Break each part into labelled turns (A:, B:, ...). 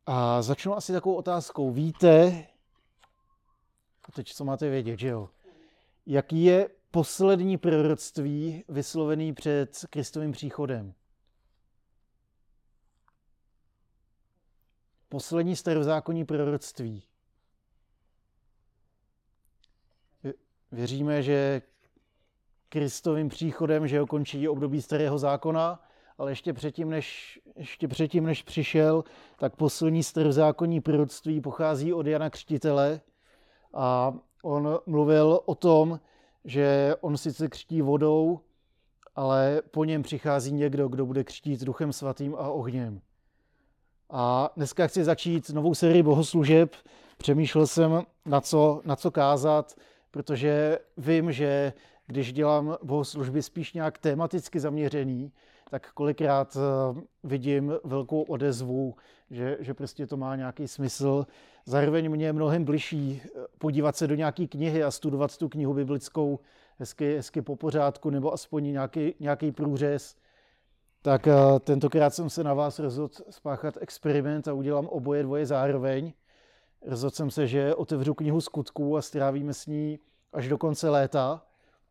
A: A začnu asi takovou otázkou. Víte, a teď co máte vědět, že jo? Jaký je poslední proroctví vyslovený před Kristovým příchodem? Poslední starozákonní proroctví. Věříme, že Kristovým příchodem, že končí období starého zákona, ale ještě předtím, než přišel, tak poslední starozákonní proroctví pochází od Jana Křtitele a on mluvil o tom, že on sice křtí vodou, ale po něm přichází někdo, kdo bude křtít Duchem svatým a ohněm. A dneska chci začít novou sérii bohoslužeb. Přemýšlel jsem, na co kázat, protože vím, že když dělám bohoslužby spíš nějak tematicky zaměřený, tak kolikrát vidím velkou odezvu, že prostě to má nějaký smysl. Zároveň mě je mnohem bližší podívat se do nějaké knihy a studovat tu knihu biblickou hezky po pořádku, nebo aspoň nějaký průřez. Tak tentokrát jsem se na vás rozhodl spáchat experiment a udělám oboje dvoje zároveň. Rozhodl jsem se, že otevřu knihu Skutků a strávíme s ní až do konce léta.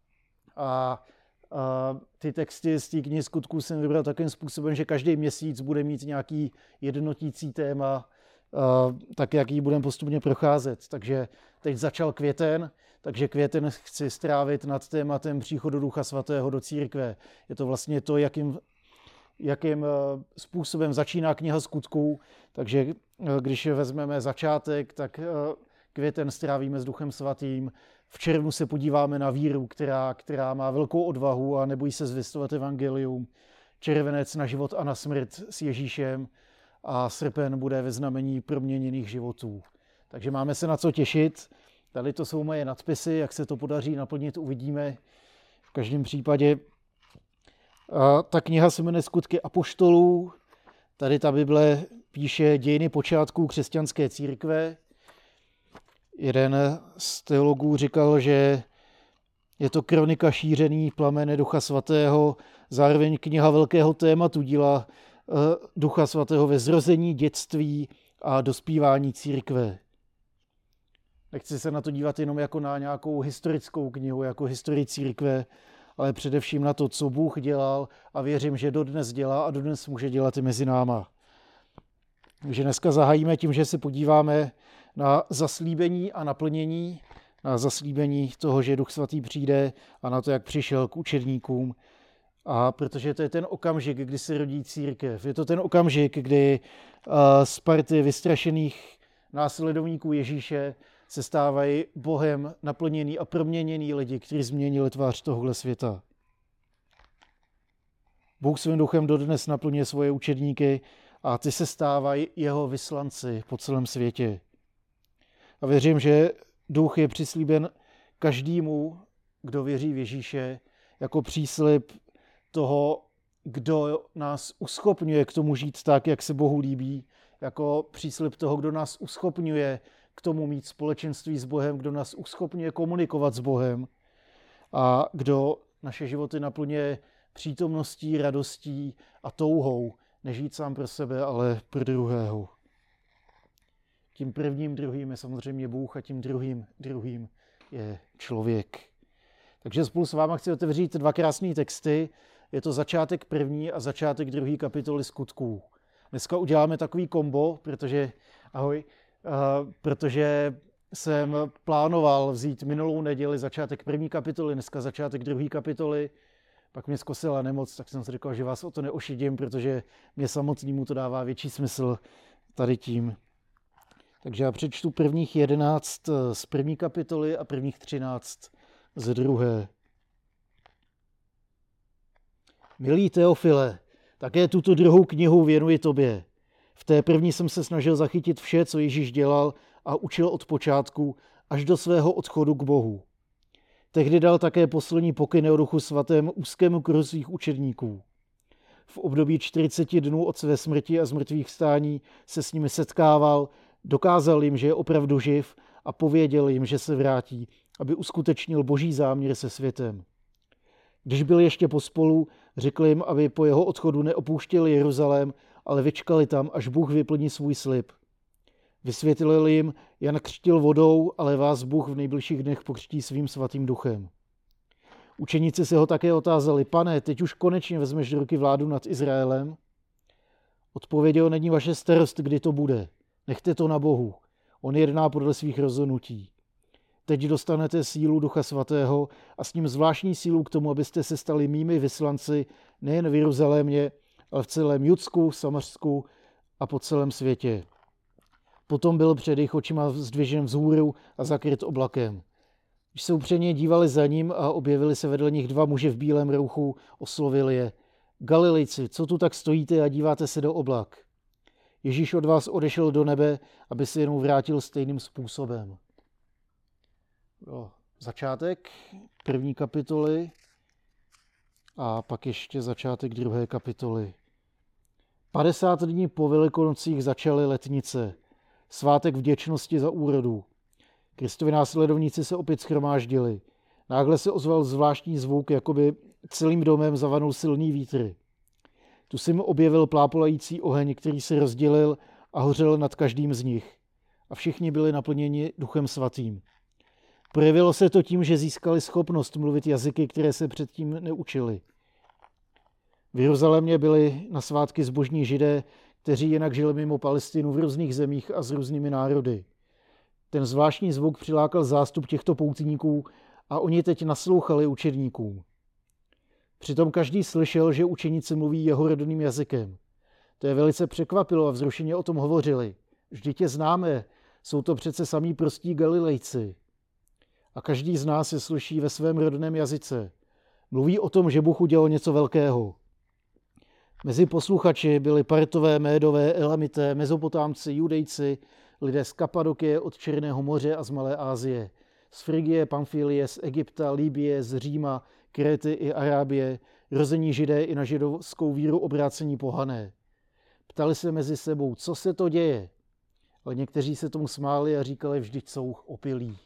A: A ty texty z té knihy Skutků jsem vybral takovým způsobem, že každý měsíc bude mít nějaký jednotící téma, tak jak ji budeme postupně procházet. Takže teď začal květen, takže květen chci strávit nad tématem příchodu Ducha Svatého do církve. Je to vlastně to, jakým způsobem začíná kniha Skutků, takže když vezmeme začátek, tak květen strávíme s Duchem Svatým. V červnu se podíváme na víru, která má velkou odvahu a nebojí se zvěstovat evangelium. Červenec na život a na smrt s Ježíšem a srpen bude ve znamení proměněných životů. Takže máme se na co těšit. Tady to jsou moje nadpisy, jak se to podaří naplnit, uvidíme. V každém případě ta kniha se jmenuje Skutky apoštolů. Tady ta Bible píše dějiny počátků křesťanské církve. Jeden z teologů říkal, že je to kronika šíření plamene Ducha Svatého, zároveň kniha velkého tématu díla Ducha Svatého ve zrození, dětství a dospívání církve. Nechci se na to dívat jenom jako na nějakou historickou knihu, jako historii církve, ale především na to, co Bůh dělal a věřím, že dodnes dělá a dodnes může dělat i mezi náma. Takže dneska zahájíme tím, že se podíváme na zaslíbení a naplnění, na zaslíbení toho, že Duch Svatý přijde a na to, jak přišel k učedníkům. A protože to je ten okamžik, kdy se rodí církev. Je to ten okamžik, kdy z party vystrašených následovníků Ježíše se stávají Bohem naplněný a proměněný lidi, kteří změnili tvář tohohle světa. Bůh svým duchem dodnes naplňuje svoje učedníky a ty se stávají jeho vyslanci po celém světě. A věřím, že duch je přislíben každému, kdo věří v Ježíše, jako příslib toho, kdo nás uschopňuje k tomu žít tak, jak se Bohu líbí, jako příslib toho, kdo nás uschopňuje k tomu mít společenství s Bohem, kdo nás uschopňuje komunikovat s Bohem a kdo naše životy naplňuje přítomností, radostí a touhou nežít sám pro sebe, ale pro druhého. Tím druhým je samozřejmě Bůh a tím druhým je člověk. Takže spolu s váma chci otevřít dva krásné texty. Je to začátek první a začátek druhé kapitoly Skutků. Dneska uděláme takový kombo, protože jsem plánoval vzít minulou neděli začátek první kapitoly, dneska začátek druhé kapitoly. Pak mě zkosila nemoc, tak jsem si říkal, že vás o to neošidím, protože mě samotnému to dává větší smysl tady tím. Takže já přečtu prvních 11 z první kapitoly a prvních 13 z druhé. Milý Teofile, také tuto druhou knihu věnuji tobě. V té první jsem se snažil zachytit vše, co Ježíš dělal a učil od počátku až do svého odchodu k Bohu. Tehdy dal také poslední pokyn o Duchu Svatém úzkému kruhu svých učedníků. V období 40 dnů od své smrti a zmrtvých vstání se s nimi setkával, dokázal jim, že je opravdu živ a pověděl jim, že se vrátí, aby uskutečnil boží záměr se světem. Když byl ještě pospolu, řekl jim, aby po jeho odchodu neopouštěli Jeruzalém, ale vyčkali tam, až Bůh vyplní svůj slib. Vysvětlil jim, Jan křtil vodou, ale vás Bůh v nejbližších dnech pokřtí svým svatým duchem. Učeníci se ho také otázali, Pane, teď už konečně vezmeš do ruky vládu nad Izraelem? Odpověděl, není vaše starost, kdy to bude. Nechte to na Bohu. On jedná podle svých rozhodnutí. Teď dostanete sílu Ducha Svatého a s ním zvláštní sílu k tomu, abyste se stali mými vyslanci nejen v Jeruzalémě, ale v celém Judsku, Samařsku a po celém světě. Potom byl před jejich očima zdvižen vzhůru a zakryt oblakem. Když se upřeně dívali za ním a objevili se vedle nich dva muži v bílém rouchu, oslovili je. Galilejci, co tu tak stojíte a díváte se do oblak? Ježíš od vás odešel do nebe, aby se jenom vrátil stejným způsobem. Začátek 1. kapitoly a pak ještě začátek 2. kapitoly. 50 dní po Velikonocích začaly letnice, svátek vděčnosti za úrodu. Kristovi následovníci se opět shromáždili. Náhle se ozval zvláštní zvuk, jakoby celým domem zavanul silný vítr. Tu se mu objevil plápolající oheň, který se rozdělil a hořel nad každým z nich. A všichni byli naplněni Duchem Svatým. Projevilo se to tím, že získali schopnost mluvit jazyky, které se předtím neučili. V Jeruzalémě byli na svátky zbožní Židé, kteří jinak žili mimo Palestinu v různých zemích a s různými národy. Ten zvláštní zvuk přilákal zástup těchto poutníků a oni teď naslouchali učedníkům. Přitom každý slyšel, že učeníci mluví jeho rodným jazykem. To je velice překvapilo a vzrušeně o tom hovořili. Vždyť je známe, jsou to přece samí prostí Galilejci. A každý z nás je slyší ve svém rodném jazyce. Mluví o tom, že Bůh udělal něco velkého. Mezi posluchači byli Partové, Médové, Elamité, Mezopotámci, Judejci, lidé z Kapadokie, od Černého moře a z Malé Asie, z Frigie, Pamfílie, z Egypta, Libye, z Říma, Kréty i Arábie, rození Židé i na židovskou víru obrácení pohané. Ptali se mezi sebou, co se to děje, ale někteří se tomu smáli a říkali, vždyť jsou opilí.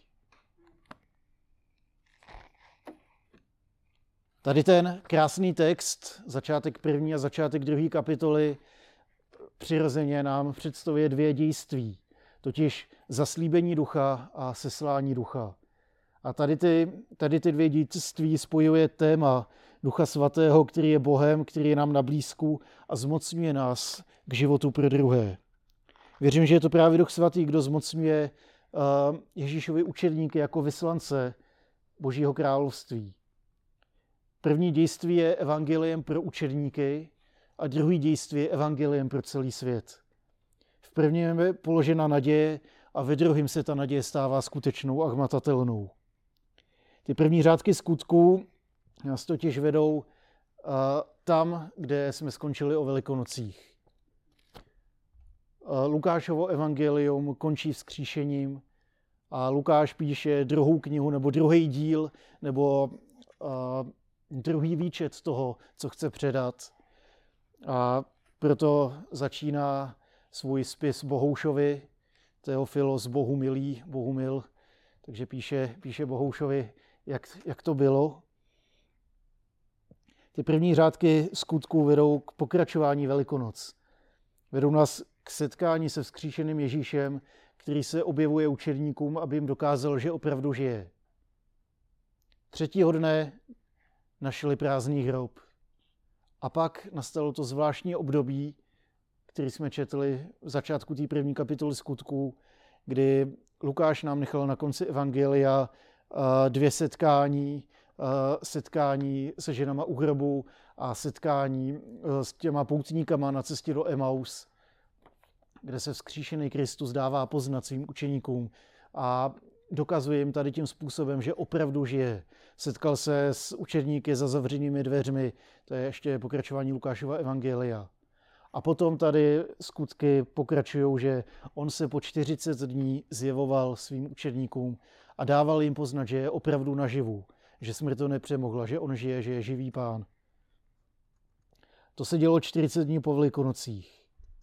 A: Tady ten krásný text, začátek 1. a začátek 2. kapitoly, přirozeně nám představuje dvě dějství, totiž zaslíbení ducha a seslání ducha. A tady ty dvě dějství spojuje téma Ducha Svatého, který je Bohem, který je nám na blízku a zmocňuje nás k životu pro druhé. Věřím, že je to právě Duch Svatý, kdo zmocňuje Ježíšovi učedníky jako vyslance Božího království. První dějství je evangeliem pro učedníky a druhý dějství je evangeliem pro celý svět. V prvním je položena naděje a ve druhém se ta naděje stává skutečnou a hmatatelnou. Ty první řádky skutků nás totiž vedou tam, kde jsme skončili o Velikonocích. Lukášovo evangelium končí vzkříšením a Lukáš píše druhou knihu nebo druhý díl nebo druhý výčet toho, co chce předat. A proto začíná svůj spis Bohoušovi, Teofilos Bohumil, takže píše Bohoušovi, jak to bylo. Ty první řádky skutků vedou k pokračování Velikonoc. Vedou nás k setkání se vzkříšeným Ježíšem, který se objevuje učedníkům, aby jim dokázal, že opravdu žije. Třetího dne našli prázdný hrob. A pak nastalo to zvláštní období, který jsme četli v začátku té první kapitoly skutků, kdy Lukáš nám nechal na konci evangelia dvě setkání se ženama u hrobu a setkání s těma poutníkama na cestě do Emaus, kde se vzkříšený Kristus dává poznat svým učeníkům a dokazuje jim tady tím způsobem, že opravdu žije. Setkal se s učedníky za zavřenými dveřmi, to je ještě pokračování Lukášova evangelia. A potom tady skutky pokračují, že on se po 40 dní zjevoval svým učedníkům a dával jim poznat, že je opravdu naživu, že smrt to nepřemohla, že on žije, že je živý Pán. To se dělo 40 dní po Velikonocích.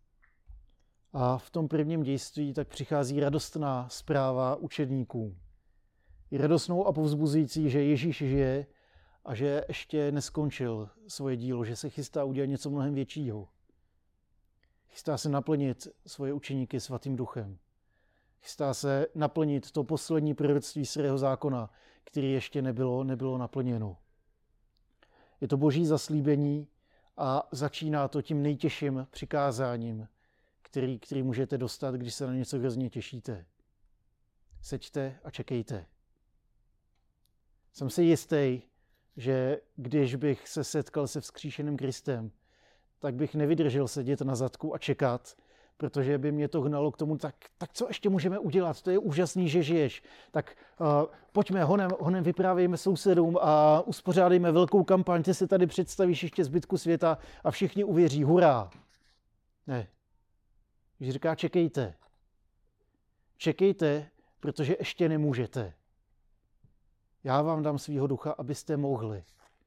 A: A v tom prvním dějství tak přichází radostná zpráva učedníkům. Je radostnou a povzbuzující, že Ježíš žije a že ještě neskončil svoje dílo, že se chystá udělat něco mnohem většího. Chystá se naplnit svoje učeníky svatým duchem. Chystá se naplnit to poslední proroctví Starého zákona, který ještě nebylo naplněno. Je to boží zaslíbení a začíná to tím nejtěžším přikázáním, který můžete dostat, když se na něco hrozně těšíte. Seďte a čekejte. Jsem si jistý, že když bych se setkal se vzkříšeným Kristem, tak bych nevydržel sedět na zadku a čekat, protože by mě to hnalo k tomu, tak co ještě můžeme udělat? To je úžasný, že žiješ. Tak pojďme, honem vyprávějme sousedům a uspořádejme velkou kampaň, ty se tady představíš ještě zbytku světa a všichni uvěří, hurá. Ne. Když říká čekejte. Čekejte, protože ještě nemůžete. Já vám dám svýho ducha, abyste mohli.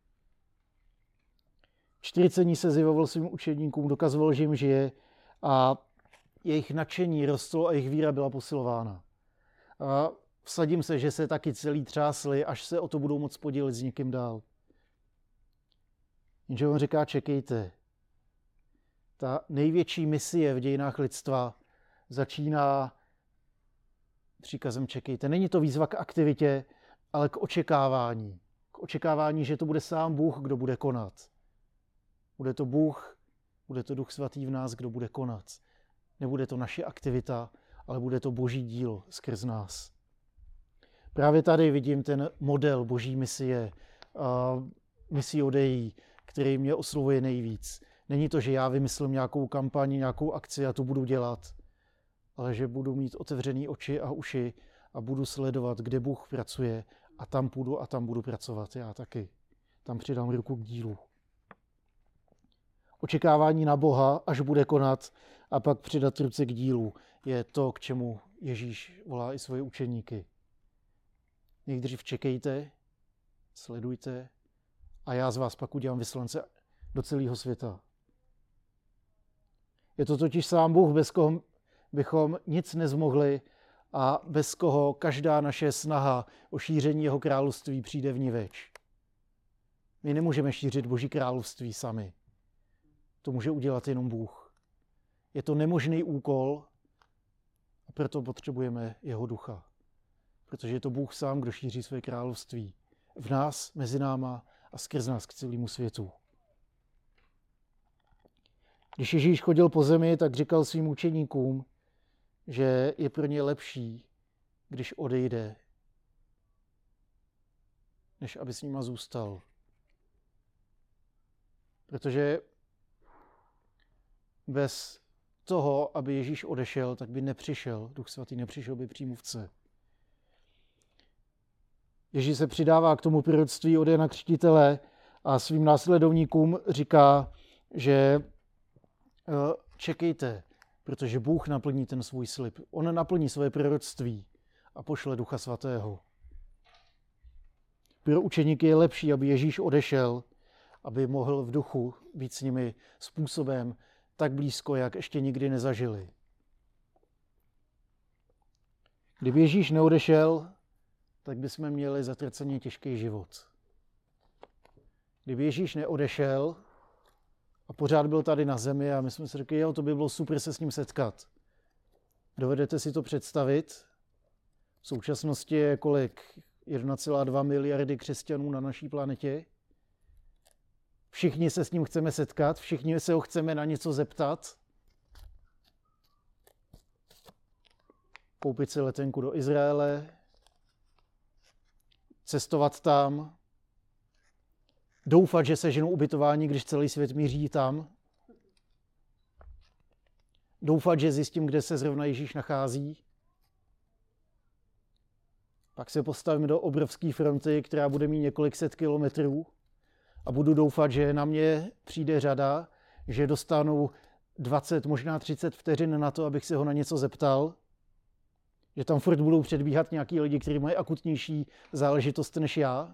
A: 40 dní se zjevoval svým učedníkům, dokazoval, že jim žije a jejich nadšení rostlo a jejich víra byla posilována. A vsadím se, že se taky celý třásli, až se o to budou moct podělit s někým dál. Jenže on říká, čekejte. Ta největší misie v dějinách lidstva začíná příkazem čekejte. Není to výzva k aktivitě, ale k očekávání. K očekávání, že to bude sám Bůh, kdo bude konat. Bude to Bůh, bude to Duch Svatý v nás, kdo bude konat. Nebude to naše aktivita, ale bude to boží dílo skrz nás. Právě tady vidím ten model boží misie, Missio Dei, který mě oslovuje nejvíc. Není to, že já vymyslím nějakou kampaň, nějakou akci a to budu dělat, ale že budu mít otevřený oči a uši a budu sledovat, kde Bůh pracuje a tam půjdu a tam budu pracovat já taky. Tam přidám ruku k dílu. Očekávání na Boha, až bude konat a pak přidat ruce k dílu, je to, k čemu Ježíš volá i svoje učeníky. Nejdřív čekejte, sledujte a já z vás pak udělám vyslance do celého světa. Je to totiž sám Bůh, bez koho bychom nic nezmohli a bez koho každá naše snaha o šíření jeho království přijde vniveč. My nemůžeme šířit Boží království sami. To může udělat jenom Bůh. Je to nemožný úkol a proto potřebujeme jeho ducha. Protože je to Bůh sám, kdo šíří své království. V nás, mezi náma a skrz nás k celému světu. Když Ježíš chodil po zemi, tak říkal svým učeníkům, že je pro ně lepší, když odejde, než aby s nima zůstal. Protože bez toho, aby Ježíš odešel, tak by nepřišel, Duch Svatý nepřišel by přímluvce. Ježíš se přidává k tomu proroctví od Jana Křtitele a svým následovníkům říká, že čekejte, protože Bůh naplní ten svůj slib. On naplní svoje proroctví a pošle Ducha Svatého. Pro učeníky je lepší, aby Ježíš odešel, aby mohl v duchu být s nimi způsobem tak blízko, jak ještě nikdy nezažili. Kdyby Ježíš neodešel, tak bychom měli zatraceně těžký život. Kdyby Ježíš neodešel a pořád byl tady na zemi a my jsme si řekli, jo, to by bylo super se s ním setkat. Dovedete si to představit? V současnosti je kolik? 1,2 miliardy křesťanů na naší planetě. Všichni se s ním chceme setkat, všichni se ho chceme na něco zeptat. Koupit si letenku do Izraele, cestovat tam, doufat, že seženou ubytování, když celý svět míří tam. Doufat, že zjistím, kde se zrovna Ježíš nachází. Pak se postavím do obrovské fronty, která bude mít několik set kilometrů a budu doufat, že na mě přijde řada, že dostanu 20, možná 30 vteřin na to, abych se ho na něco zeptal. Že tam furt budou předbíhat nějaký lidi, kteří mají akutnější záležitost než já.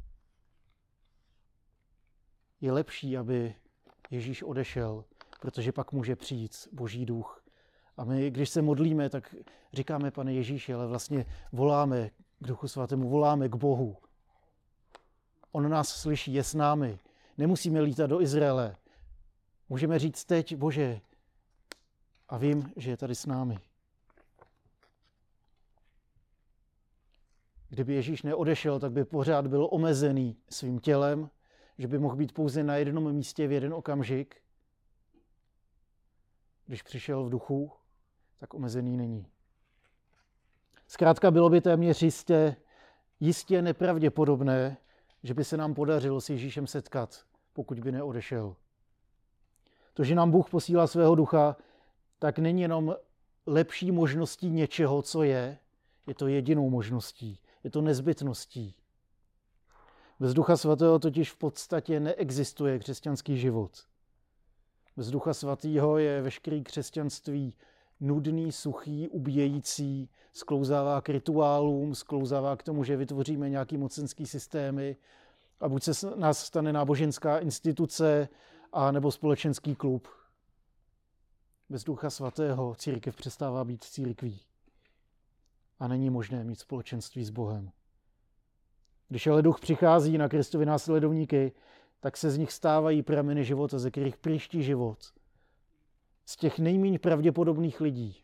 A: Je lepší, aby Ježíš odešel, protože pak může přijít Boží duch. A my, když se modlíme, tak říkáme, Pane Ježíši, ale vlastně voláme k Duchu Svatému, voláme k Bohu. On nás slyší, je s námi. Nemusíme lítat do Izraele. Můžeme říct teď, Bože, a vím, že je tady s námi. Kdyby Ježíš neodešel, tak by pořád byl omezený svým tělem, že by mohl být pouze na jednom místě v jeden okamžik. Když přišel v duchu, tak omezený není. Zkrátka bylo by téměř jistě nepravděpodobné, že by se nám podařilo s Ježíšem setkat, pokud by neodešel. To, že nám Bůh posílá svého ducha, tak není jenom lepší možností něčeho, co je to jedinou možností, je to nezbytností. Bez Ducha Svatého totiž v podstatě neexistuje křesťanský život. Bez Ducha Svatého je veškerý křesťanství nudný, suchý, ubíjející, sklouzává k rituálům, sklouzává k tomu, že vytvoříme nějaký mocenský systémy a buď se z nás stane náboženská instituce a nebo společenský klub. Bez Ducha Svatého církev přestává být církví a není možné mít společenství s Bohem. Když ale Duch přichází na Kristovi následovníky, tak se z nich stávají prameny života, ze kterých pryští život. Z těch nejméně pravděpodobných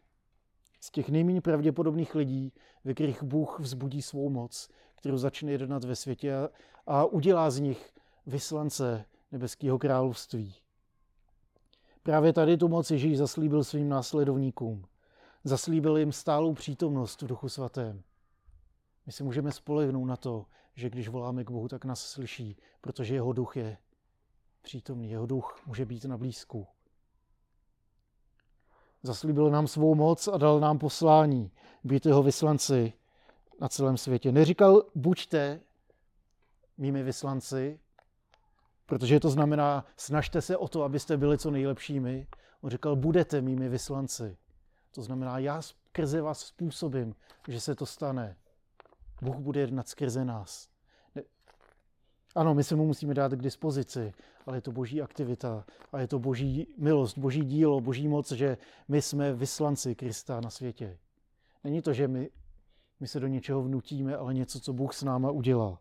A: lidí, ve kterých Bůh vzbudí svou moc, kterou začne jednat ve světě a udělá z nich vyslance nebeského království. Právě tady tu moc Ježíš zaslíbil svým následovníkům. Zaslíbil jim stálou přítomnost v Duchu Svatém. My si můžeme spolehnout na to, že když voláme k Bohu, tak nás slyší, protože jeho duch je přítomný, jeho duch může být na blízku. Zaslíbil nám svou moc a dal nám poslání být jeho vyslanci na celém světě. Neříkal, buďte mými vyslanci, protože to znamená, snažte se o to, abyste byli co nejlepšími. On říkal, budete mými vyslanci. To znamená, já skrze vás způsobím, že se to stane. Bůh bude jednat skrze nás. Ano, my se mu musíme dát k dispozici, ale je to boží aktivita a je to boží milost, boží dílo, boží moc, že my jsme vyslanci Krista na světě. Není to, že my se do něčeho vnutíme, ale něco, co Bůh s náma udělá.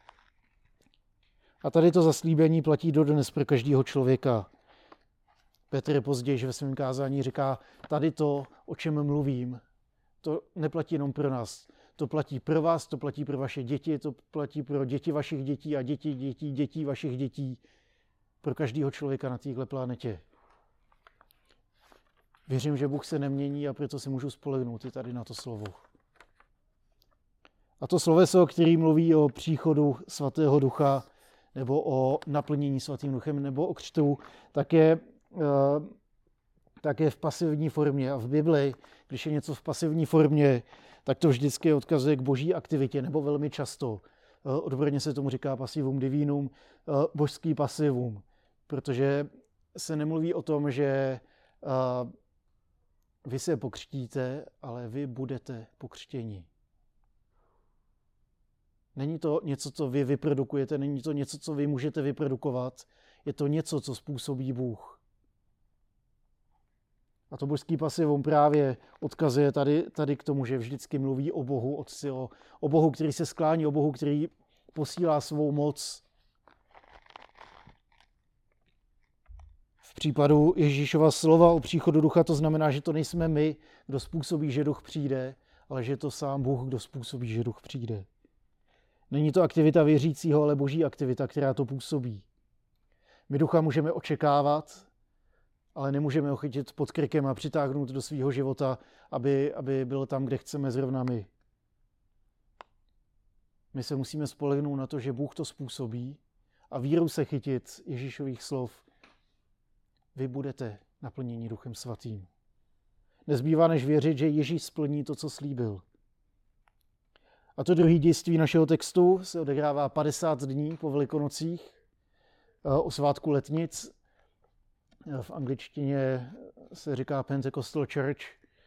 A: A tady to zaslíbení platí dodnes pro každého člověka. Petr později ve svém kázání říká, tady to, o čem mluvím, to neplatí jenom pro nás. To platí pro vás, to platí pro vaše děti, to platí pro děti vašich dětí a dětí vašich dětí. Pro každého člověka na téhle planetě. Věřím, že Bůh se nemění a proto si můžu spolehnout i tady na to slovo. A to sloveso, který mluví o příchodu Svatého Ducha, nebo o naplnění Svatým Duchem, nebo o křtu, tak je v pasivní formě. A v Bibli, když je něco v pasivní formě, tak to vždycky odkazuje k boží aktivitě, nebo velmi často. Odborně se tomu říká passivum divinum, božský pasivum, protože se nemluví o tom, že vy se pokřtíte, ale vy budete pokřtěni. Není to něco, co vy vyprodukujete, není to něco, co vy můžete vyprodukovat, je to něco, co způsobí Bůh. A to božský pasivum právě odkazuje tady k tomu, že vždycky mluví o Bohu Otci, o Bohu, který se sklání, o Bohu, který posílá svou moc. V případu Ježíšova slova o příchodu Ducha to znamená, že to nejsme my, kdo způsobí, že Duch přijde, ale že je to sám Bůh, kdo způsobí, že Duch přijde. Není to aktivita věřícího, ale boží aktivita, která to působí. My Ducha můžeme očekávat, ale nemůžeme ho chytit pod krkem a přitáhnout do svého života, aby byl tam, kde chceme zrovna my. My se musíme spolehnout na to, že Bůh to způsobí a vírou se chytit Ježíšových slov. Vy budete naplněni Duchem Svatým. Nezbývá než věřit, že Ježíš splní to, co slíbil. A to druhé dějství našeho textu se odehrává 50 dní po Velikonocích o svátku letnic. V angličtině se říká Pentecostal Church,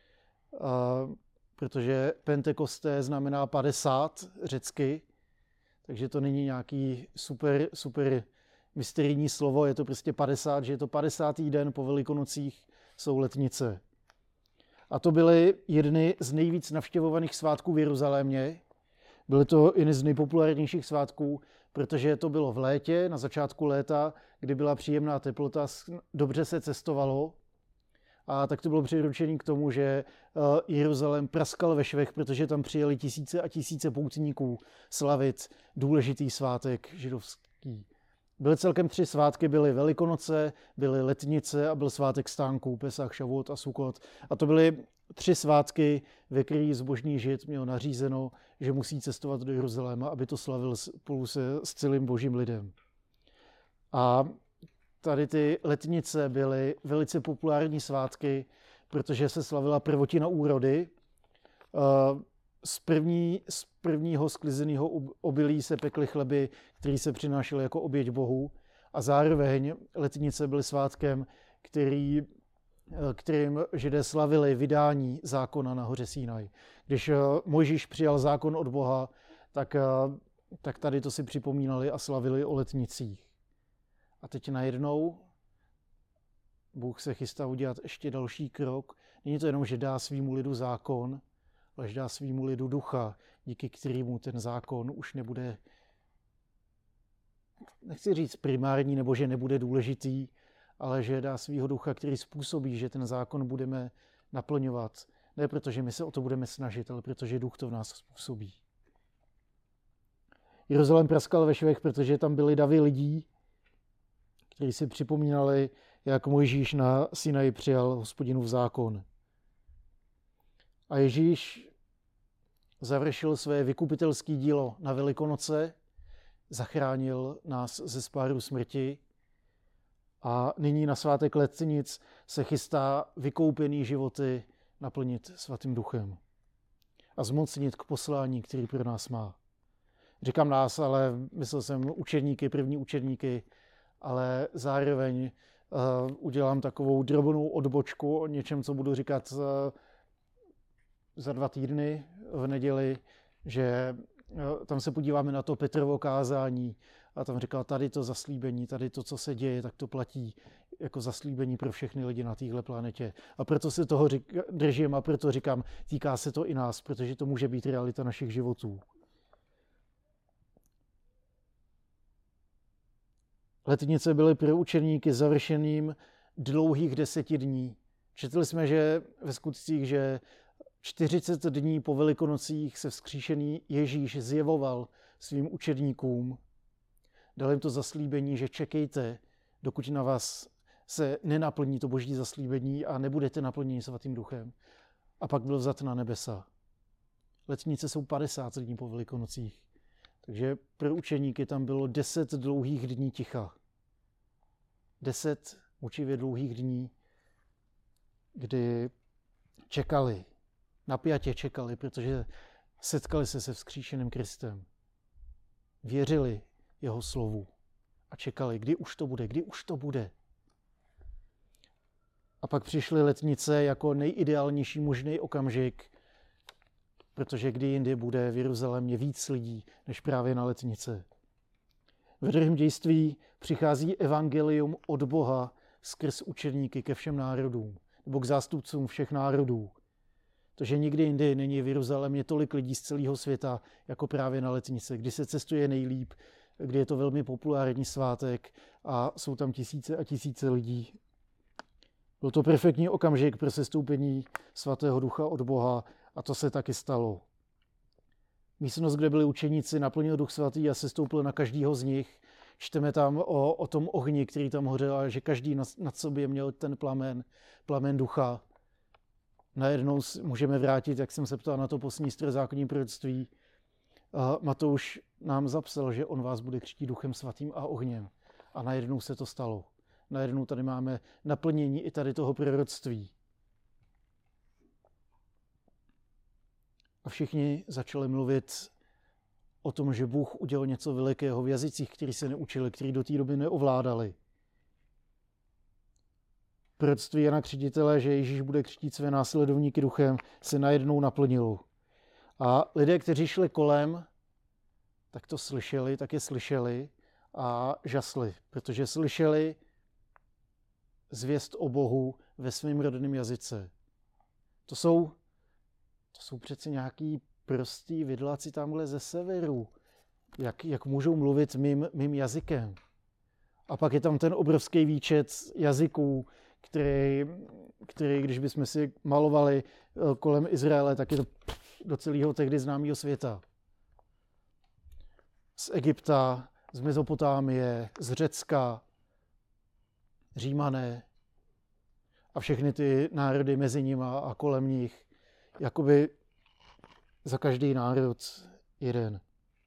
A: protože Pentekoste znamená 50 řecky, takže to není nějaký super mysterijní slovo, je to prostě 50, že je to 50. den po Velikonocích, jsou letnice. A to byly jedny z nejvíc navštěvovaných svátků v Jeruzalémě. Byly to jedny z nejpopulárnějších svátků, protože to bylo v létě, na začátku léta, kdy byla příjemná teplota, dobře se cestovalo A tak to bylo přiručení k tomu, že Jeruzalém praskal ve švech, protože tam přijeli tisíce a tisíce poutníků slavit důležitý svátek židovský. Byly celkem 3 svátky, byly Velikonoce, byly Letnice a byl svátek stánků, Pesach, Šavot a Sukot. A to byly 3 svátky, ve kterých zbožný žid měl nařízeno, že musí cestovat do Jeruzaléma, aby to slavil spolu s celým božím lidem. A tady ty Letnice byly velice populární svátky, protože se slavila prvotina úrody. Z prvního sklizeného obilí se pekly chleby, které se přinášely jako oběť Bohu. A zároveň Letnice byly svátkem, kterým Židé slavili vydání zákona na hoře Sinaj. Když Mojžíš přijal zákon od Boha, tak tady to si připomínali a slavili o Letnicích. A teď najednou Bůh se chystá udělat ještě další krok. Není to jenom, že dá svýmu lidu zákon, ale že dá svýmu lidu ducha, díky kterému ten zákon už nebude, nechci říct primární, nebo že nebude důležitý, ale že dá svýho ducha, který způsobí, že ten zákon budeme naplňovat. Ne protože my se o to budeme snažit, ale protože duch to v nás způsobí. Jeruzalém praskal ve švech, protože tam byly davy lidí, kteří si připomínali, jak Mojžíš na Sinaji přijal Hospodinův zákon. A Ježíš završil své vykupitelské dílo na Velikonoce, zachránil nás ze spáru smrti a nyní na svátek Letnic se chystá vykoupený životy naplnit svatým duchem a zmocnit k poslání, který pro nás má. Říkám nás, ale myslel jsem učedníky, první učedníky, ale zároveň udělám takovou drobnou odbočku o něčem, co budu říkat za 2 týdny v neděli, že tam se podíváme na to Petrovo kázání a tam říkal, tady to zaslíbení, tady to, co se děje, tak to platí jako zaslíbení pro všechny lidi na téhle planetě. A proto se toho držím a proto říkám, týká se to i nás, protože to může být realita našich životů. Letnice byly pro učeníky završeným dlouhých 10 dní. Četli jsme, že ve skutcích, že 40 dní po Velikonocích se vzkříšený Ježíš zjevoval svým učedníkům. Dal jim to zaslíbení, že čekejte, dokud na vás se nenaplní to boží zaslíbení a nebudete naplněni svatým duchem. A pak byl vzat na nebesa. Letnice jsou 50 dní po Velikonocích. Takže pro učeníky tam bylo 10 dlouhých dní ticha. 10 mučivě dlouhých dní, kdy čekali, napjatě čekali, protože setkali se vzkříšeným Kristem. Věřili jeho slovu a čekali, kdy už to bude, kdy už to bude. A pak přišly Letnice jako nejideálnější možný okamžik, protože kdy jindy bude v Jeruzalémě víc lidí, než právě na Letnice. V druhém dějství přichází evangelium od Boha skrz učedníky ke všem národům, nebo k zástupcům všech národů. Takže nikdy jindy není v Jeruzalémě tolik lidí z celého světa, jako právě na Letnice, kdy se cestuje nejlíp, kdy je to velmi populární svátek a jsou tam tisíce a tisíce lidí. Byl to perfektní okamžik pro sestoupení svatého ducha od Boha a to se taky stalo. Místnost, kde byli učeníci, naplnil Duch svatý a sestoupil na každého z nich. Čteme tam o tom ohni, který tam hořel, a že každý nad sobě měl ten plamen ducha. Najednou můžeme vrátit, jak jsem se ptal na to poslední starozákonní proroctví. Matouš nám zapsal, že on vás bude křtít Duchem svatým a ohněm. A najednou se to stalo. Najednou tady máme naplnění i tady toho proroctví. A všichni začali mluvit o tom, že Bůh udělal něco velikého v jazycích, který se neučili, který do té doby neovládali. Proroctví Jana Křtitele, že Ježíš bude křtít své následovníky duchem, se najednou naplnilo. A lidé, kteří šli kolem, tak to slyšeli, tak je slyšeli a žasli, protože slyšeli zvěst o Bohu ve svém rodném jazyce. To jsou přece nějaký prostý vidláci tamhle ze severu, jak můžou mluvit mým jazykem. A pak je tam ten obrovský výčet jazyků, který, když bychom si malovali kolem Izraele, tak je to do celého tehdy známého světa. Z Egypta, z Mezopotámie, z Řecka, Římané a všechny ty národy mezi nima a kolem nich. Jakoby za každý národ jeden.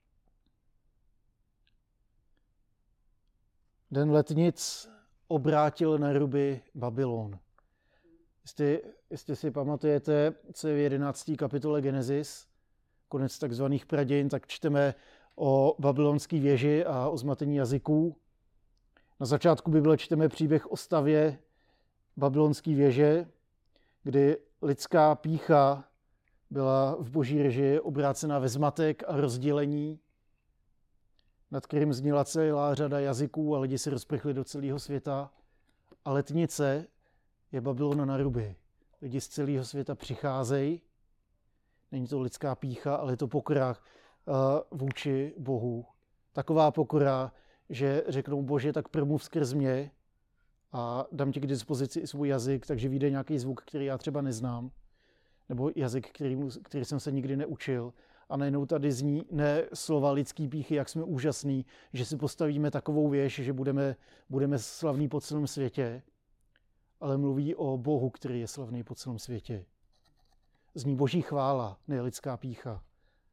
A: Den letnic obrátil na ruby Babylon. Jestli si pamatujete, co je v 11. kapitole Genesis, konec takzvaných pradějin, tak čteme o babylonské věži a o zmatení jazyků. Na začátku Bible čteme příběh o stavě babylonské věže, kdy lidská pýcha byla v boží režii obrácena ve zmatek a rozdělení, nad kterým zněla celá řada jazyků a lidi se rozprchli do celého světa. A letnice je Babylon na ruby. Lidi z celého světa přicházejí. Není to lidská pýcha, ale je to pokora vůči Bohu. Taková pokora, že řeknou: Bože, tak promluv skrz mě a dám ti k dispozici i svůj jazyk, takže vyjde nějaký zvuk, který já třeba neznám, nebo jazyk, který jsem se nikdy neučil. A najednou tady zní ne slova lidský pýchy, jak jsme úžasní, že si postavíme takovou věž, že budeme slavní po celém světě, ale mluví o Bohu, který je slavný po celém světě. Zní boží chvála, ne lidská pýcha.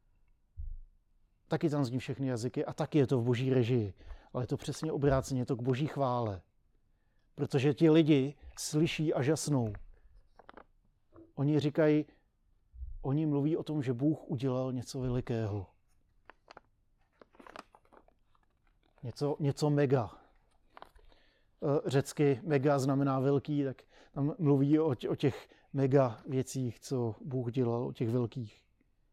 A: Taky tam zní všechny jazyky a taky je to v boží režii, ale je to přesně obráceně, je to k boží chvále. Protože ti lidi slyší a žasnou. Oni mluví o tom, že Bůh udělal něco velikého. Něco mega. Řecky mega znamená velký, tak tam mluví o těch mega věcích, co Bůh dělal, o těch velkých.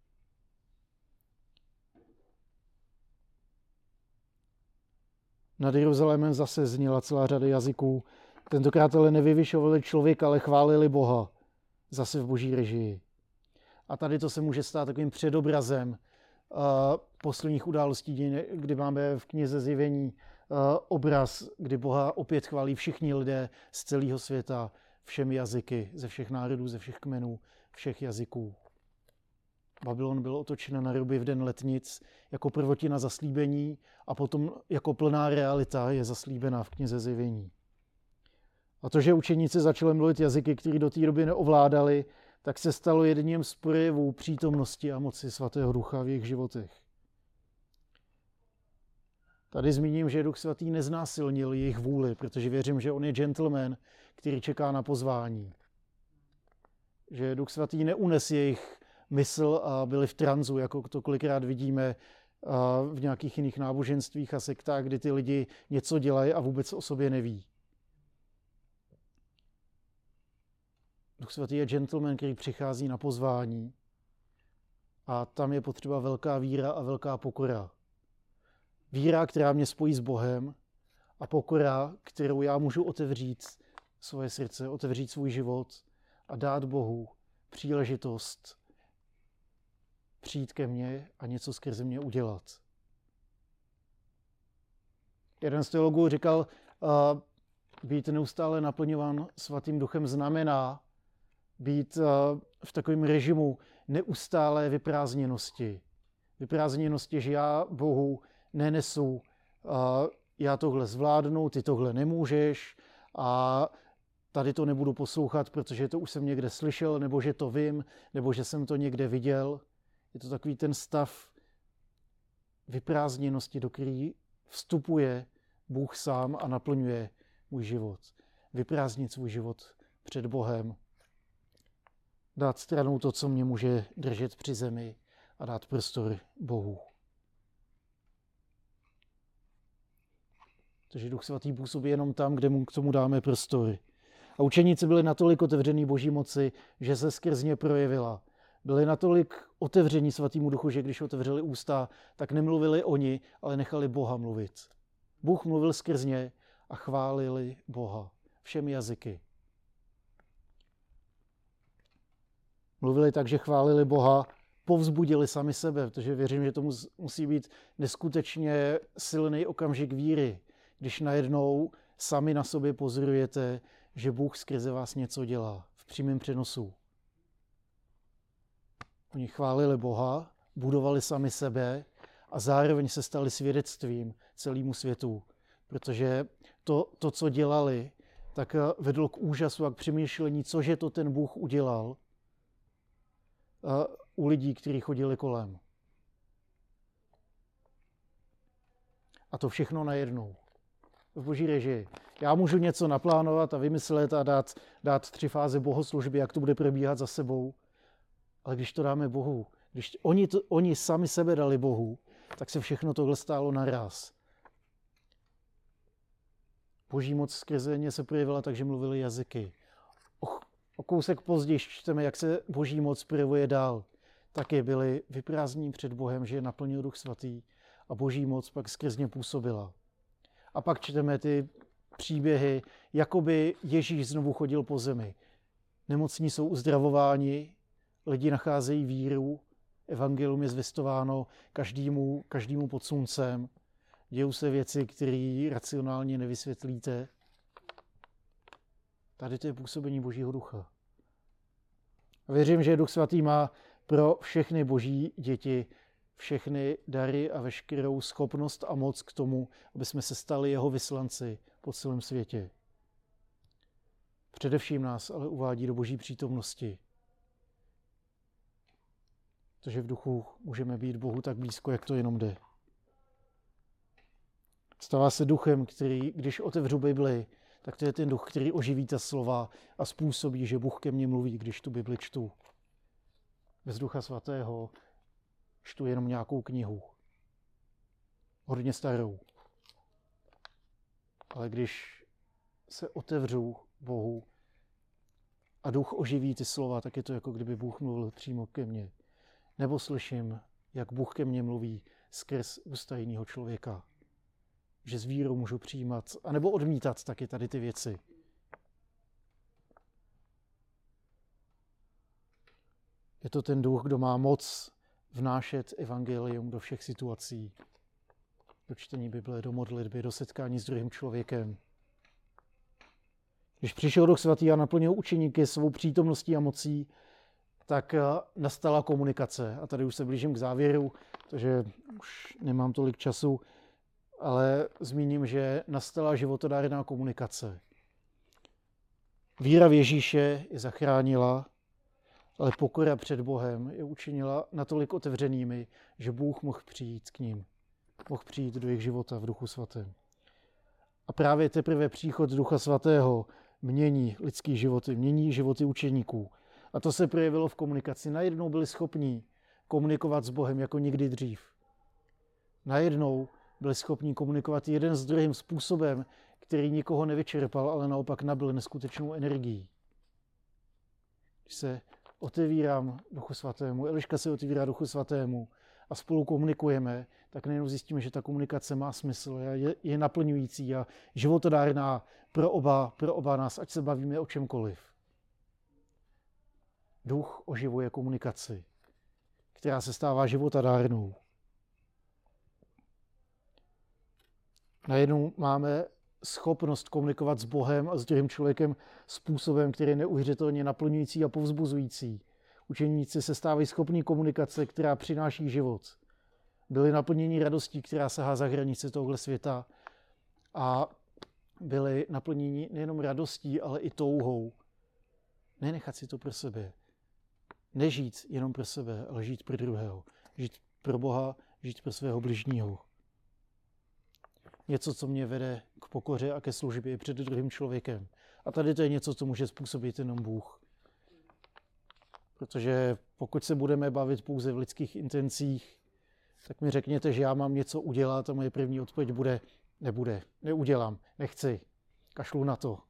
A: Nad Jeruzalémem zase zněla celá řada jazyků. Tentokrát ale nevyvyšovali člověka, ale chválili Boha. Zase v boží režii. A tady to se může stát takovým předobrazem posledních událostí, kdy máme v knize Zjevení obraz, kdy Boha opět chválí všichni lidé z celého světa, všemi jazyky, ze všech národů, ze všech kmenů, všech jazyků. Babylon byl otočen na ruby v den letnic jako prvotina zaslíbení a potom jako plná realita je zaslíbená v knize Zjevení. A to, že učeníci začali mluvit jazyky, které do té doby neovládali, tak se stalo jedním z projevů přítomnosti a moci Svatého Ducha v jejich životech. Tady zmíním, že Duch Svatý neznásilnil jejich vůli, protože věřím, že on je gentleman, který čeká na pozvání. Že Duch Svatý neunes jejich mysl a byli v tranzu, jako to kolikrát vidíme v nějakých jiných náboženstvích a sektách, kdy ty lidi něco dělají a vůbec o sobě neví. Duch Svatý je gentleman, který přichází na pozvání a tam je potřeba velká víra a velká pokora. Víra, která mě spojí s Bohem a pokora, kterou já můžu otevřít svoje srdce, otevřít svůj život a dát Bohu příležitost přijít ke mně a něco skrze mě udělat. Jeden z teologů říkal, být neustále naplňován Svatým Duchem znamená být v takovém režimu neustálé vyprázdněnosti. Vyprázdněnosti, že já Bohu nenesu, já tohle zvládnu, ty tohle nemůžeš a tady to nebudu poslouchat, protože to už jsem někde slyšel, nebo že to vím, nebo že jsem to někde viděl. Je to takový ten stav vyprázdněnosti, do který vstupuje Bůh sám a naplňuje můj život. Vyprázdnit svůj život před Bohem. Dát stranou to, co mě může držet při zemi a dát prostor Bohu. Takže Duch Svatý působí jenom tam, kde mu k tomu dáme prostor. A učeníci byli natolik otevřený Boží moci, že se skrz ně projevila. Byli natolik otevření Svatému Duchu, že když otevřeli ústa, tak nemluvili oni, ale nechali Boha mluvit. Bůh mluvil skrz ně a chválili Boha všemi jazyky. Mluvili tak, že chválili Boha, povzbudili sami sebe, protože věřím, že to musí být neskutečně silný okamžik víry, když najednou sami na sobě pozorujete, že Bůh skrze vás něco dělá v přímém přenosu. Oni chválili Boha, budovali sami sebe a zároveň se stali svědectvím celému světu. Protože to, co dělali, tak vedlo k úžasu a k přemýšlení, cože to ten Bůh udělal u lidí, kteří chodili kolem. A to všechno najednou. V boží režii. Já můžu něco naplánovat a vymyslet a dát 3 fáze bohoslužby, jak to bude probíhat za sebou. Ale když to dáme Bohu, když oni sami sebe dali Bohu, tak se všechno tohle stálo naraz. Boží moc skrze ně se projevila tak, že mluvili jazyky. O kousek později čteme, jak se boží moc projevuje dál. Taky byli vyprázdnění před Bohem, že je naplnil Duch Svatý a boží moc pak skrz ně působila. A pak čteme ty příběhy, jakoby Ježíš znovu chodil po zemi. Nemocní jsou uzdravováni, lidi nacházejí víru, evangelium je zvěstováno každému pod sluncem. Dějou se věci, které racionálně nevysvětlíte. Tady to je působení Božího ducha. A věřím, že Duch Svatý má pro všechny boží děti všechny dary a veškerou schopnost a moc k tomu, aby jsme se stali jeho vyslanci po celém světě. Především nás ale uvádí do boží přítomnosti. Protože v duchu můžeme být Bohu tak blízko, jak to jenom jde. Stává se duchem, který, když otevřu Bibli, tak to je ten duch, který oživí ta slova a způsobí, že Bůh ke mně mluví, když tu Bibli čtu. Bez Ducha Svatého čtu jenom nějakou knihu. Hodně starou. Ale když se otevřu Bohu a duch oživí ty slova, tak je to jako kdyby Bůh mluvil přímo ke mně. Nebo slyším, jak Bůh ke mně mluví skrz ústa jiného člověka. Že s vírou můžu přijímat, anebo odmítat taky tady ty věci. Je to ten duch, kdo má moc vnášet evangelium do všech situací. Do čtení Bible, do modlitby, do setkání s druhým člověkem. Když přišel Duch Svatý a naplnil učeníky svou přítomností a mocí, tak nastala komunikace. A tady už se blížím k závěru, protože už nemám tolik času, ale zmíním, že nastala životodárná komunikace. Víra v Ježíše je zachránila, ale pokora před Bohem je učinila natolik otevřenými, že Bůh mohl přijít k ním. Mohl přijít do jejich života v Duchu Svatém. A právě teprve příchod Ducha Svatého mění lidský životy, mění životy učeníků. A to se projevilo v komunikaci. Najednou byli schopní komunikovat s Bohem jako nikdy dřív. Najednou byli schopni komunikovat jeden s druhým způsobem, který nikoho nevyčerpal, ale naopak nabyl neskutečnou energií. Když se otevírám Duchu Svatému, Eliška se otevírá Duchu Svatému a spolu komunikujeme, tak nejenom zjistíme, že ta komunikace má smysl, je naplňující a životodárná pro oba nás, ať se bavíme o čemkoliv. Duch oživuje komunikaci, která se stává životodárnou. Najednou máme schopnost komunikovat s Bohem a s druhým člověkem způsobem, který je neuvěřitelně naplňující a povzbuzující. Učeníci se stávají schopní komunikace, která přináší život. Byli naplněni radostí, která sahá za hranice tohohle světa a byli naplněni nejenom radostí, ale i touhou. Nenechat si to pro sebe. Nežít jenom pro sebe, ale žít pro druhého. Žít pro Boha, žít pro svého bližního. Něco, co mě vede k pokoře a ke službě před druhým člověkem. A tady to je něco, co může způsobit jenom Bůh. Protože pokud se budeme bavit pouze v lidských intencích, tak mi řekněte, že já mám něco udělat a moje první odpověď bude neudělám, nechci, kašlu na to.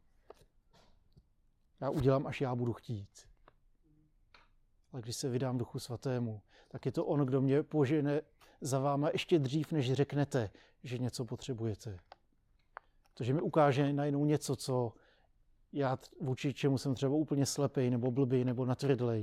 A: Já udělám, až já budu chtít. Ale když se vydám Duchu Svatému, tak je to on, kdo mě požene za váma ještě dřív, než řeknete, že něco potřebujete. Protože mi ukáže najednou něco, co já vůči čemu jsem třeba úplně slepej, nebo blbý, nebo natvrdlej.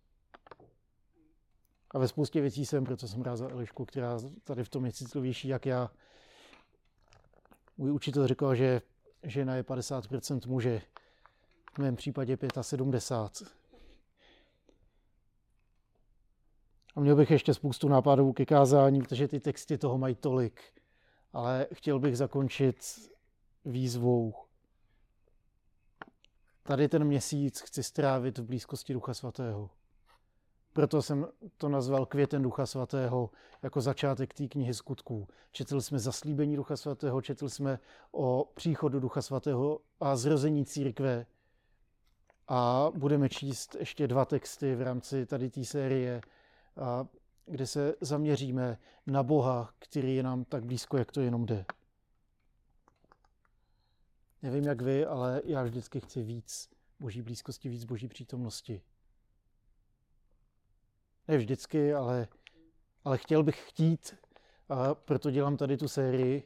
A: A ve spoustě věcí jsem, proto jsem rád za Elišku, která tady v tom je citlivější, jak já. Můj učitel říkal, že žena je 50% muže. v mém případě 75. A měl bych ještě spoustu nápadů ke kázání, protože ty texty toho mají tolik. Ale chtěl bych zakončit výzvou. Tady ten měsíc chci strávit v blízkosti Ducha Svatého. Proto jsem to nazval Květen Ducha Svatého jako začátek té knihy Skutků. Četli jsme zaslíbení Ducha Svatého, četli jsme o příchodu Ducha Svatého a zrození církve. A budeme číst ještě 2 texty v rámci tady té série, kde se zaměříme na Boha, který je nám tak blízko, jak to jenom jde. Nevím, jak vy, ale já vždycky chci víc Boží blízkosti, víc Boží přítomnosti. Ne vždycky, ale chtěl bych chtít, a proto dělám tady tu sérii.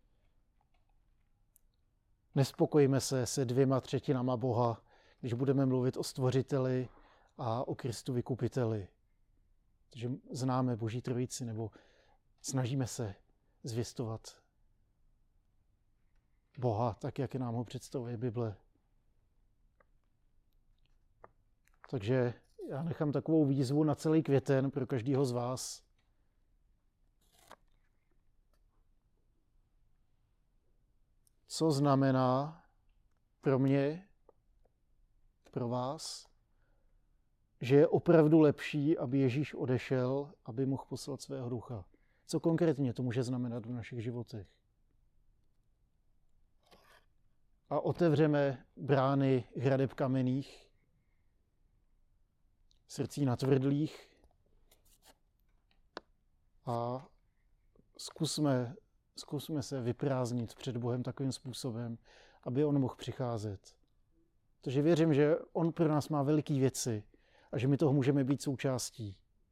A: Nespokojíme se 2/3 Boha, když budeme mluvit o Stvořiteli a o Kristu Vykupiteli. Takže známe Boží trojici, nebo snažíme se zvěstovat Boha, tak jak nám ho představuje Bible. Takže já nechám takovou výzvu na celý květen pro každého z vás. Co znamená pro mě, pro vás, že je opravdu lepší, aby Ježíš odešel, aby mohl poslat svého ducha? Co konkrétně to může znamenat v našich životech? A otevřeme brány hradeb kamenných, srdcí natvrdlých a zkusme se vyprázdnit před Bohem takovým způsobem, aby on mohl přicházet. Protože věřím, že on pro nás má veliké věci a že my toho můžeme být součástí.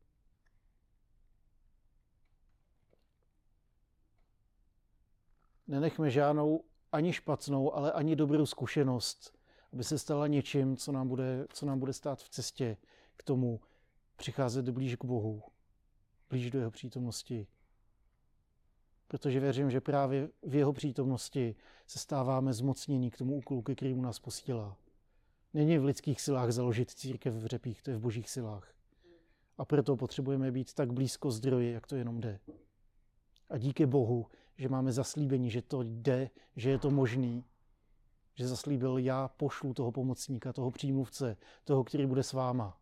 A: Nenechme žádnou ani špatnou, ale ani dobrou zkušenost, aby se stala něčím, co nám bude stát v cestě k tomu přicházet blíž k Bohu, blíž do jeho přítomnosti. Protože věřím, že právě v jeho přítomnosti se stáváme zmocnění k tomu úkolu, ke kterému nás posílá. Není v lidských silách založit církev v Řepích, to je v Božích silách. A proto potřebujeme být tak blízko zdroji, jak to jenom jde. A díky Bohu, že máme zaslíbení, že to jde, že je to možný, že zaslíbil, já pošlu toho pomocníka, toho přímluvce, toho, který bude s váma.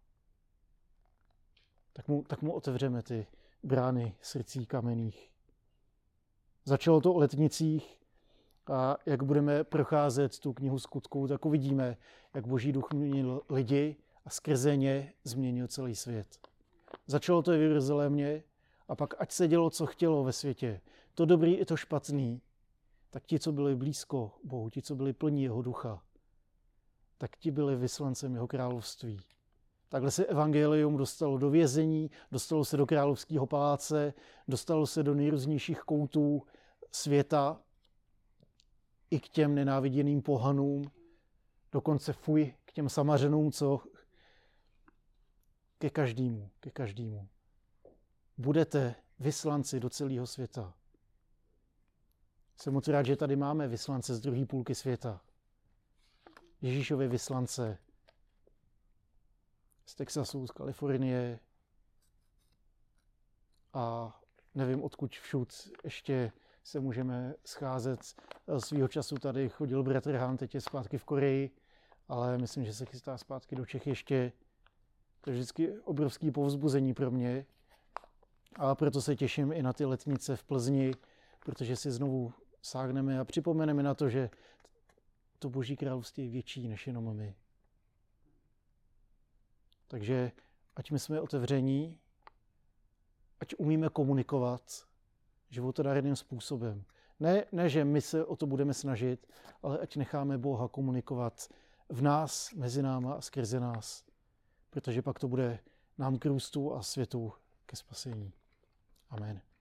A: Tak mu otevřeme ty brány srdcí kamenných. Začalo to o letnicích a jak budeme procházet tu knihu Skutků, tak uvidíme, jak Boží duch měnil lidi a skrze ně změnil celý svět. Začalo to v Jeruzalémě a pak ať se dělo, co chtělo ve světě, to dobrý i to špatný, tak ti, co byli blízko Bohu, ti, co byli plní jeho ducha, tak ti byli vyslancem jeho království. Takhle se evangelium dostalo do vězení, dostalo se do královského paláce, dostalo se do nejrůznějších koutů světa, i k těm nenáviděným pohanům, dokonce k těm Samařanům, co ke každému. Budete vyslanci do celého světa. Jsem moc rád, že tady máme vyslance z druhé půlky světa. Ježíšovy vyslance z Texasu, z Kalifornie a nevím, odkud všud ještě se můžeme scházet. Svýho času tady chodil bratr Han, teď je zpátky v Koreji, ale myslím, že se chystá zpátky do Čech ještě. To je vždycky obrovský povzbuzení pro mě. A proto se těším i na ty letnice v Plzni, protože si znovu sáhneme a připomeneme na to, že to Boží království je větší než jenom my. Takže ať my jsme otevření, ať umíme komunikovat životodarným způsobem. Ne, že my se o to budeme snažit, ale ať necháme Boha komunikovat v nás, mezi náma a skrze nás. Protože pak to bude nám k růstu a světu ke spasení. Amen.